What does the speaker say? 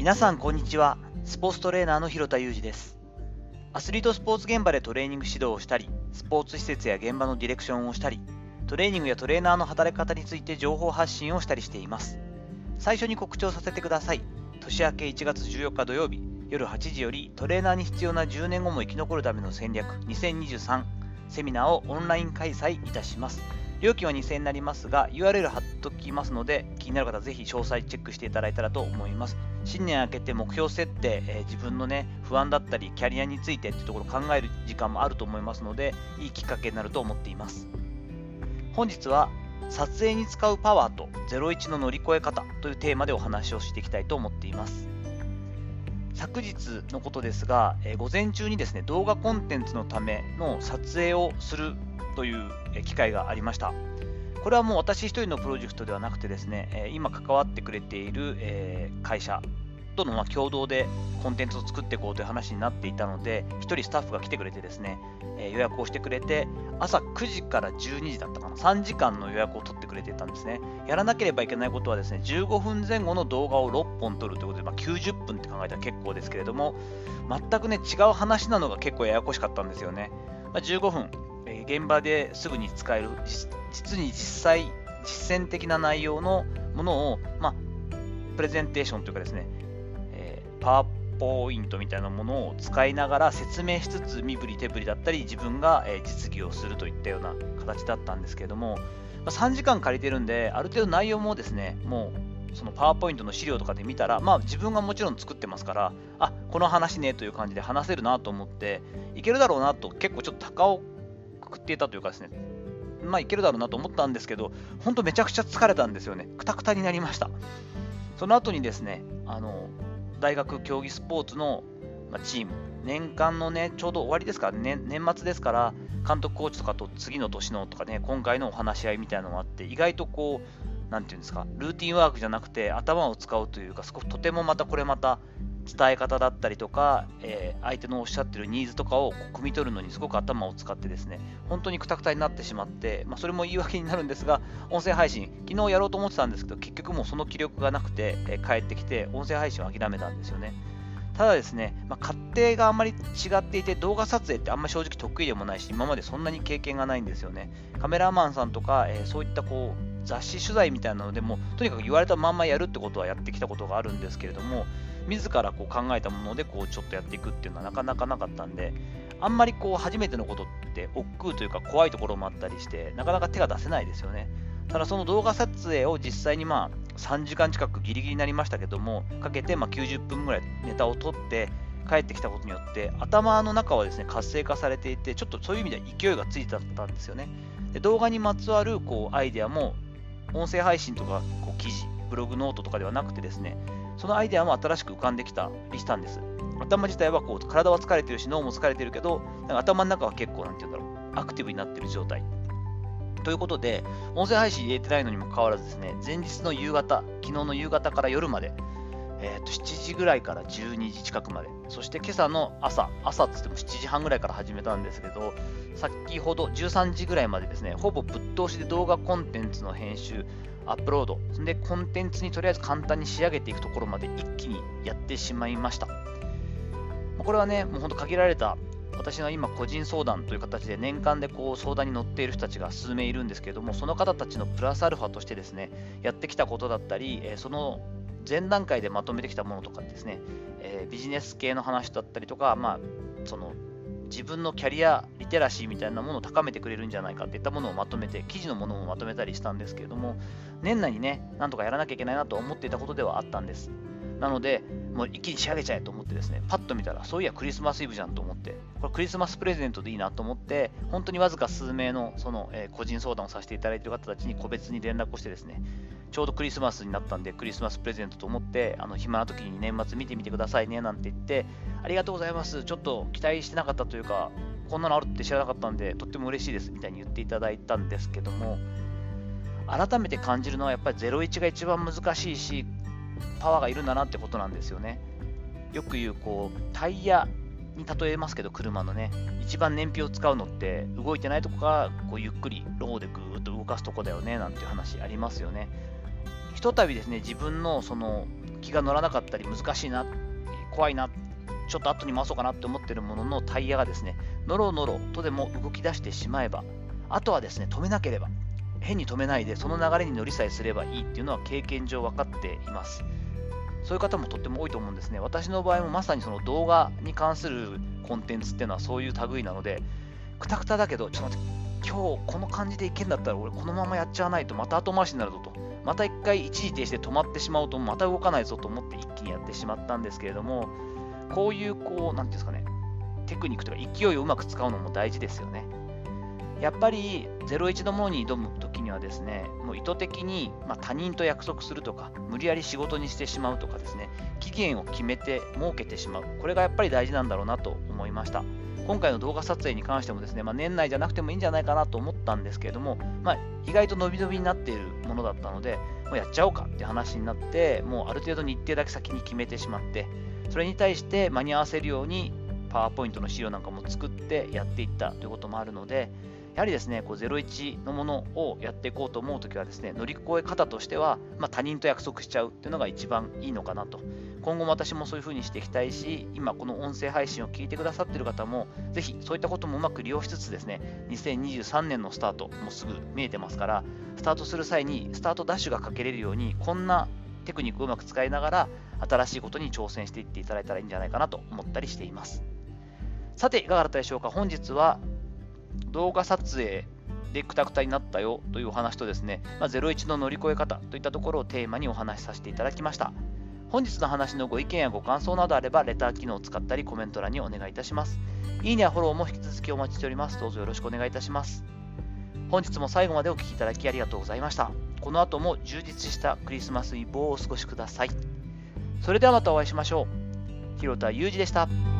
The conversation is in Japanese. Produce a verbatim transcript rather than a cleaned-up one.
皆さんこんにちは。スポーツトレーナーの広田裕二です。アスリートスポーツ現場でトレーニング指導をしたり、スポーツ施設や現場のディレクションをしたり、トレーニングやトレーナーの働き方について情報発信をしたりしています。最初に告知をさせてください。年明けいちがつじゅうよっか土曜日夜はちじよりトレーナーに必要なじゅうねんごも生き残るための戦略にせんにじゅうさんセミナーをオンライン開催いたします。料金はにせんえんになりますが ユーアールエル 貼っておきますので、気になる方はぜひ詳細チェックしていただいたらと思います。新年明けて目標設定、えー、自分のね不安だったりキャリアについてっていうところを考える時間もあると思いますので、いいきっかけになると思っています。本日は撮影に使うパワーとゼロイチの乗り越え方というテーマでお話をしていきたいと思っています。昨日のことですが、えー、午前中にですね動画コンテンツのための撮影をするという機会がありました。これはもう私一人のプロジェクトではなくてですね、今関わってくれている会社との共同でコンテンツを作っていこうという話になっていたので、一人スタッフが来てくれてですね、予約をしてくれて、朝くじからじゅうにじだったかな、さんじかんの予約を取ってくれていたんですね。やらなければいけないことはですね、じゅうごふんぜん後の動画をろっぽん撮るということで、まあ、きゅうじゅっぷんって考えたら結構ですけれども、全くね違う話なのが結構ややこしかったんですよね。まあ、じゅうごふん、現場ですぐに使える実に実際実践的な内容のものを、まあ、プレゼンテーションというかですね、えー、パワーポイントみたいなものを使いながら説明しつつ、身振り手振りだったり自分が、えー、実技をするといったような形だったんですけれども、まあ、さんじかん借りてるんで、ある程度内容もですね、もうそのパワーポイントの資料とかで見たら、まあ自分がもちろん作ってますから、あ、この話ねという感じで話せるなと思って、いけるだろうなと結構ちょっと高をくくっていたというかですね、まあいけるだろうなと思ったんですけど、本当めちゃくちゃ疲れたんですよね。くたくたになりました。その後にですね、あの大学競技スポーツのチーム、年間のね、ちょうど終わりですから、ね、年末ですから、監督コーチとかと次の年のとかね、今回のお話し合いみたいなのがあって、意外とこう、なんていうんですか、ルーティンワークじゃなくて頭を使うというか、とてもまたこれまた伝え方だったりとか、えー、相手のおっしゃってるニーズとかを汲み取るのにすごく頭を使ってですね、本当にクタクタになってしまって、まあ、それも言い訳になるんですが、音声配信、昨日やろうと思ってたんですけど、結局もうその気力がなくて、えー、帰ってきて、音声配信を諦めたんですよね。ただですね、まあ、勝手があんまり違っていて、動画撮影ってあんまり正直得意でもないし、今までそんなに経験がないんですよね。カメラマンさんとか、えー、そういったこう雑誌取材みたいなのでも、とにかく言われたまんまやるってことはやってきたことがあるんですけれども、自らこう考えたものでこうちょっとやっていくっていうのはなかなかなかったんで、あんまりこう初めてのことって億劫というか怖いところもあったりして、なかなか手が出せないですよね。ただその動画撮影を実際にまあさんじかん近くギリギリになりましたけども、かけてまあきゅうじゅっぷんぐらいネタを撮って帰ってきたことによって、頭の中はですね活性化されていて、ちょっとそういう意味では勢いがついてたんですよね。で、動画にまつわるこうアイデアも音声配信とかこう記事、ブログノートとかではなくてですね、そのアイデアも新しく浮かんできたりしたんです。頭自体はこう体は疲れてるし脳も疲れてるけど、なんか頭の中は結構なんていうんだろう、アクティブになってる状態。ということで、音声配信入れてないのにもかかわらずですね、前日の夕方、昨日の夕方から夜まで、えー、としちじぐらいからじゅうにじ近くまで、そして今朝の朝、朝っつってもしちじはんぐらいから始めたんですけど、先ほどじゅうさんじぐらいまでですね、ほぼぶっ通しで動画コンテンツの編集、アップロード、でコンテンツにとりあえず簡単に仕上げていくところまで一気にやってしまいました。これはね、もう本当限られた、私の今個人相談という形で年間でこう相談に乗っている人たちが数名いるんですけれども、その方たちのプラスアルファとしてですね、やってきたことだったり、その前段階でまとめてきたものとかですね、えー、ビジネス系の話だったりとか、まあ、その自分のキャリアリテラシーみたいなものを高めてくれるんじゃないかっていったものをまとめて、記事のものもまとめたりしたんですけれども、年内にね、なんとかやらなきゃいけないなと思っていたことではあったんです。なので、もう一気に仕上げちゃえと思ってですね、パッと見たら、そういやクリスマスイブじゃんと思って、これクリスマスプレゼントでいいなと思って、本当にわずか数名のその、えー、個人相談をさせていただいている方たちに個別に連絡をしてですね、ちょうどクリスマスになったんで、クリスマスプレゼントと思って、あの暇な時に年末見てみてくださいねなんて言って、ありがとうございます、ちょっと期待してなかったというか、こんなのあるって知らなかったんで、とっても嬉しいですみたいに言っていただいたんですけども、改めて感じるのはやっぱりゼロイチが一番難しいし、パワーがいるんだなってことなんですよね。よく言うこうタイヤに例えますけど、車のね、一番燃費を使うのって動いてないとこからこうゆっくりローでぐーっと動かすとこだよねなんていう話ありますよね。 ひとたびですね、自分のその気が乗らなかったり、難しいな、怖いな、ちょっと後に回そうかなって思っているもののタイヤがですね、ノロノロとでも動き出してしまえば、あとはですね、止めなければ、変に止めないで、その流れに乗りさえすればいいっていうのは経験上分かっています。そういう方もとっても多いと思うんですね。私の場合もまさにその動画に関するコンテンツっていうのはそういう類なので、くたくただけど、ちょっと待って、今日この感じでいけんだったら俺このままやっちゃわないとまた後回しになるぞと、また一回一時停止で止まってしまうとまた動かないぞと思って一気にやってしまったんですけれども、こういうこう、なんていうんですかね、テクニックというか勢いをうまく使うのも大事ですよね。やっぱりゼロイチのものに挑むときにはですね、もう意図的に、まあ、他人と約束するとか、無理やり仕事にしてしまうとかですね、期限を決めて設けてしまう、これがやっぱり大事なんだろうなと思いました。今回の動画撮影に関してもですね、まあ、年内じゃなくてもいいんじゃないかなと思ったんですけれども、まあ、意外と伸び伸びになっているものだったので、もうやっちゃおうかって話になって、もうある程度日程だけ先に決めてしまって、それに対して間に合わせるようにパワーポイントの資料なんかも作ってやっていったということもあるので、やはりですね、こうゼロイチのものをやっていこうと思うときはですね、乗り越え方としては、まあ、他人と約束しちゃうっていうのが一番いいのかなと。今後も私もそういう風にしていきたいし、今この音声配信を聞いてくださっている方も、ぜひそういったこともうまく利用しつつですね、にせんにじゅうさんねんのスタートもすぐ見えてますから、スタートする際にスタートダッシュがかけれるように、こんなテクニックをうまく使いながら、新しいことに挑戦していっていただいたらいいんじゃないかなと思ったりしています。さて、いかがだったでしょうか。本日は動画撮影でクタクタになったよというお話とですね、まあ、ゼロイチの乗り越え方といったところをテーマにお話しさせていただきました。本日の話のご意見やご感想などあれば、レター機能を使ったりコメント欄にお願いいたします。いいねやフォローも引き続きお待ちしております。どうぞよろしくお願いいたします。本日も最後までお聞きいただきありがとうございました。この後も充実したクリスマスイブをお過ごしください。それではまたお会いしましょう。広田裕二でした。